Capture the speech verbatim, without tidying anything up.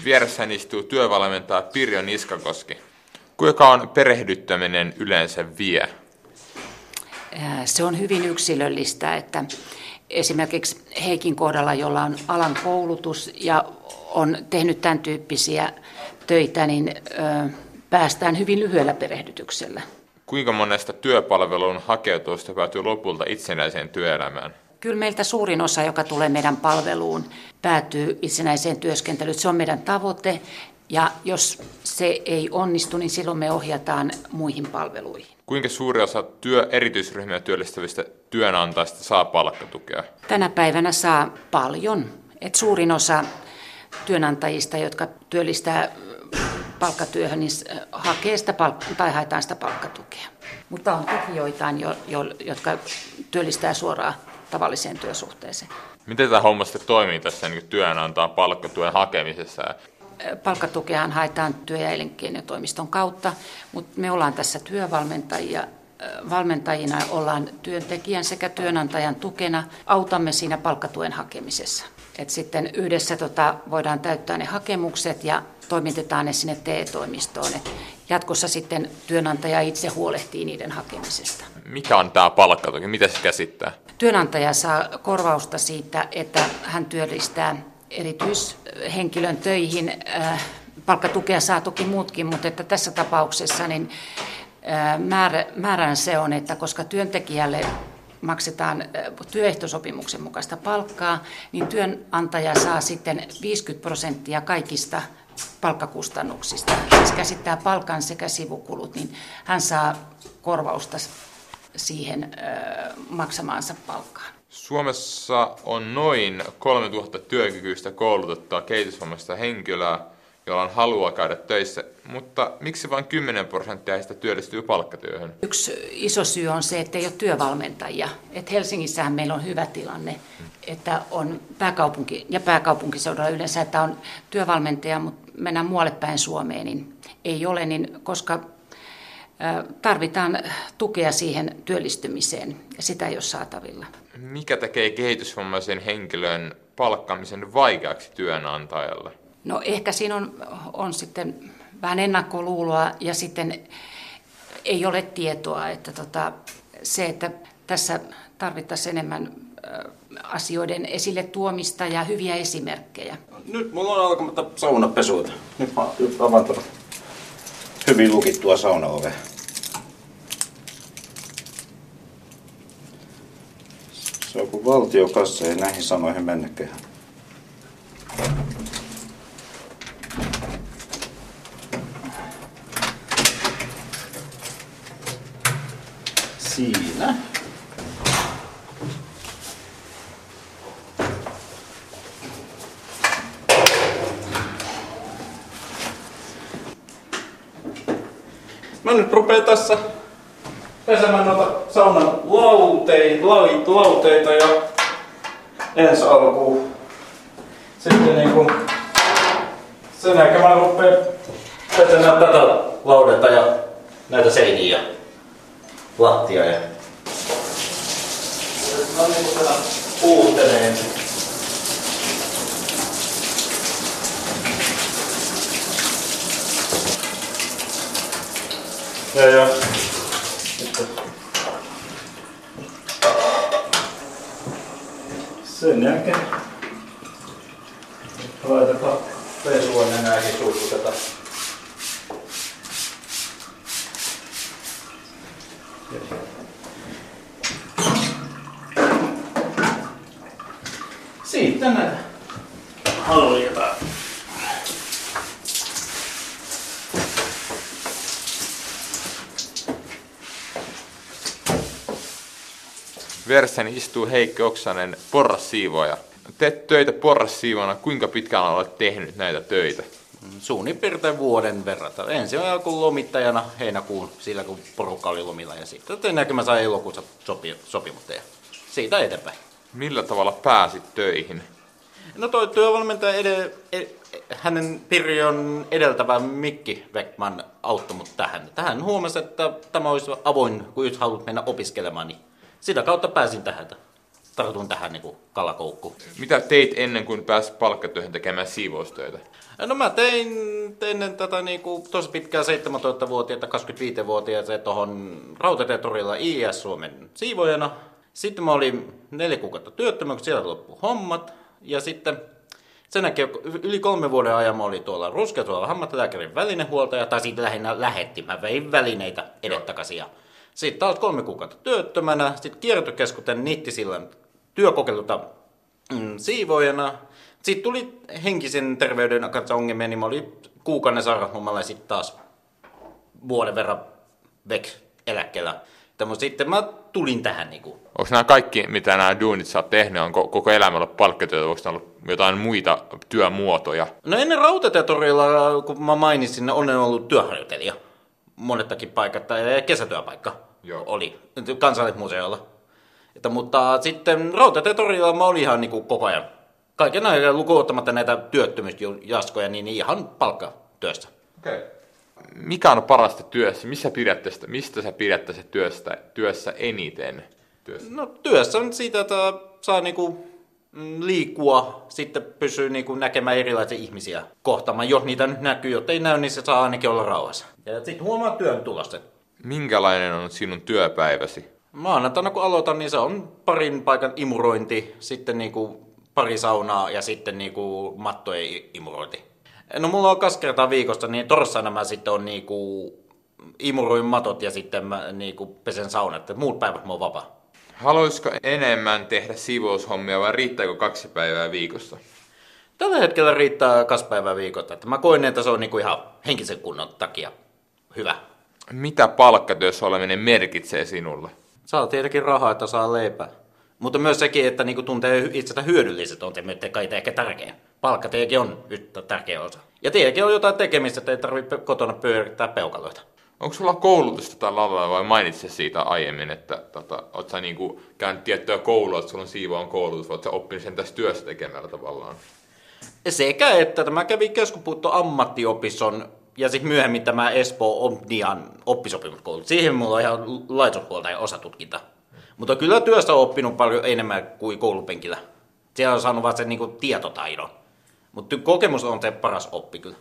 Vieressäni istuu työvalmentaja Pirjo Niskakoski. Kuinka on perehdyttäminen yleensä vie? Se on hyvin yksilöllistä, että esimerkiksi Heikin kohdalla, jolla on alan koulutus ja on tehnyt tämän tyyppisiä töitä, niin ö, päästään hyvin lyhyellä perehdytyksellä. Kuinka monesta työpalveluun hakeutuvasta päätyy lopulta itsenäiseen työelämään? Kyllä meiltä suurin osa, joka tulee meidän palveluun, päätyy itsenäiseen työskentelyyn. Se on meidän tavoite, ja jos se ei onnistu, niin silloin me ohjataan muihin palveluihin. Kuinka suuri osa työ erityisryhmiä työllistävistä työnantajista saa palkkatukea? Tänä päivänä saa paljon. Et suurin osa työnantajista, jotka työllistää palkkatyöhön, niin hakee sitä palk- tai haetaan sitä palkkatukea. Mutta on toki joitain, jo, jo, jotka työllistää suoraan tavalliseen työsuhteeseen. Miten tämä homma sitten toimii tässä niin työnantajan palkkatuen hakemisessa? Palkkatukeahan haetaan työ- ja elinkeinotoimiston kautta, mutta me ollaan tässä työvalmentajia. Valmentajina ollaan työntekijän sekä työnantajan tukena. Autamme siinä palkkatuen hakemisessa. Et sitten yhdessä tota, voidaan täyttää ne hakemukset ja toimitetaan ne sinne T E-toimistoon. Et jatkossa sitten työnantaja itse huolehtii niiden hakemisesta. Mikä on tämä palkkatuki? Mitä se käsittää? Työnantaja saa korvausta siitä, että hän työllistää erityishenkilön töihin. Palkkatukea saa toki muutkin, mutta että tässä tapauksessa niin määrä, määrän se on, että koska työntekijälle maksetaan työehtosopimuksen mukaista palkkaa, niin työnantaja saa sitten viisikymmentä prosenttia kaikista palkkakustannuksista. Siis käsittää palkan sekä sivukulut, niin hän saa korvausta siihen maksamaansa palkkaan. Suomessa on noin kolmetuhatta työkykyistä koulutettua kehitysvammaista henkilöä, jolla on halua käydä töissä, mutta miksi vain kymmenen prosenttia heistä työllistyy palkkatyöhön? Yksi iso syy on se, että ei ole työvalmentajia. Et Helsingissähän meillä on hyvä tilanne, että on pääkaupunki ja pääkaupunkiseudulla yleensä, että on työvalmentaja, mutta mennään muualle päin Suomeen, niin ei ole, niin koska tarvitaan tukea siihen työllistymiseen ja sitä ei ole saatavilla. Mikä tekee kehitysvammaisen henkilön palkkaamisen vaikeaksi työnantajalle? No ehkä siinä on, on sitten vähän ennakkoluuloa ja sitten ei ole tietoa, että tota, se, että tässä tarvittaisiin enemmän ö, asioiden esille tuomista ja hyviä esimerkkejä. Nyt mulla on alkamatta saunapesuita. Nyt mä avaan tuon hyvin lukittua saunaovea. Se on kuin valtiokassa, ei näihin sanoihin mennäkään. Siinä. Mä nyt rupean tässä pesemään noita saunan lauteita, lauteita ja ensi alkuun. Sitten niinku sen jälkeen mä rupean pesemään tätä laudetta ja näitä seiniä. Lattia ja mä oon niinku täällä puutteleen. Ja ja sitten sen jälkeen laitetaan pesua nenääkin suihkutetaan. Sitten näitä haljetaan. Vieressäni istuu Heikki Oksanen, porrassiivooja. Teet töitä porrassiivona. Kuinka pitkään olet tehnyt näitä töitä? Suunnin piirtein vuoden verran. Ensin alkuun lomittajana heinäkuun, sillä kun porukka oli lomilla. Ja sitten ennen mä sain elokuussa sopi, sopimusta ja siitä eteenpäin. Millä tavalla pääsit töihin? No toi työvalmentaja, ed- ed- hänen Pirjon edeltävä Mikki Beckman auttoi mut tähän. Tähän huomasi, että tämä olisi avoin, kun jos haluat mennä opiskelemaan, niin sitä kautta pääsin tähän. tartun tähän niin kuin kalakoukkuun. Mitä teit ennen kuin pääsit palkkatyöhön tekemään siivoustöitä? No mä tein ennen tätä niin kuin tosi pitkään seitsemäntoistavuotiaita, kaksikymmentäviisivuotiaita tuohon Rautatietorilla I S Suomen siivoojana. Sitten mä olin neljä kuukautta työttömän, kun sieltä loppui hommat. Ja sitten sen jälkeen yli kolme vuoden ajan mä olin tuolla Ruskeatuolla hammaslääkärin välinehuoltaja, tai siitä lähinnä lähetti. Mä vein välineitä edettakaisin. Sitten taas kolme kuukautta työttömänä, sitten kiertokeskuten Nittisillan työkokeilulta mm, siivoojana. Sitten tuli henkisen terveyden kanssa ongelmia, niin mä olin kuukauden sairauslomalla ja sitten taas vuoden verran vek eläkkeellä. Mutta sitten mä tulin tähän. Niin Onko nämä kaikki, mitä nämä duunit sä oot tehnyt, on koko elämä ollut palkkatyötä, onko nämä ollut jotain muita työmuotoja? No ennen Rautatietorilla, kun mä mainitsin, olen ollut työharjoittelija. Monettakin paikat, tai kesätyöpaikka Joo. oli Kansallismuseolla. Että, mutta sitten Rautatietorilla mä olin ihan niin kuin koko ajan. Kaiken ajan lukuun ottamatta näitä työttömyysjaskoja, niin ihan palkkatyössä. Okay. Mikä on parasta työssä? Missä pidätte sitä, mistä sä pidät sitä työstä, työssä eniten? Työssä? No työssä on siitä, että saa niinku liikkua, sitten pysyy niinku näkemään erilaisia ihmisiä kohtaamaan. Jos niitä nyt näkyy, jotta ei näy, niin se saa ainakin olla rauhassa. Ja sitten huomaa työn tulokset. Minkälainen on sinun työpäiväsi? Maanantaina kun aloitan, niin se on parin paikan imurointi, sitten niinku pari saunaa ja sitten niinku mattojen imurointi. No mulla on kaksi kertaa viikosta, niin torstaina mä sitten on niinku imuroin matot ja sitten mä niinku pesen saunat. Muut päivät mä oon vapaa. Haluaisiko enemmän tehdä siivoushommia vai riittääkö kaksi päivää viikossa? Tällä hetkellä riittää kaksi päivää viikossa. Että mä koen, että se on niinku ihan henkisen kunnon takia hyvä. Mitä palkkatyössä oleminen merkitsee sinulle? Saa tietenkin rahaa, että saa leipää. Mutta myös sekin, että niinku tuntee itsestä hyödylliset on te kai ehkä tärkein. Palkka tietenkin on yhtä tärkeä osa. Ja tietenkin on jotain tekemistä, että ei tarvitse kotona pyörittää peukaloita. Onko sulla koulutusta tällä alalla vai mainitsit siitä aiemmin, että tota, oot sä niinku käynyt tiettyä koulua, että sulla on siivoon koulutus, vai oot sä oppinut sen tässä työssä tekemällä tavallaan? Sekä että mä kävin Keskuspuutto ammattiopiston ja sitten myöhemmin tämä Espoo Omnian oppisopimuskoulutus. Siihen mulla on ihan laitoshuolta ja osatutkinta. Mutta kyllä työssä on oppinut paljon enemmän kuin koulupenkillä. Siellä on saanut vaan sen niinku tietotaidon. Mutta kokemus on se paras oppi kyllä.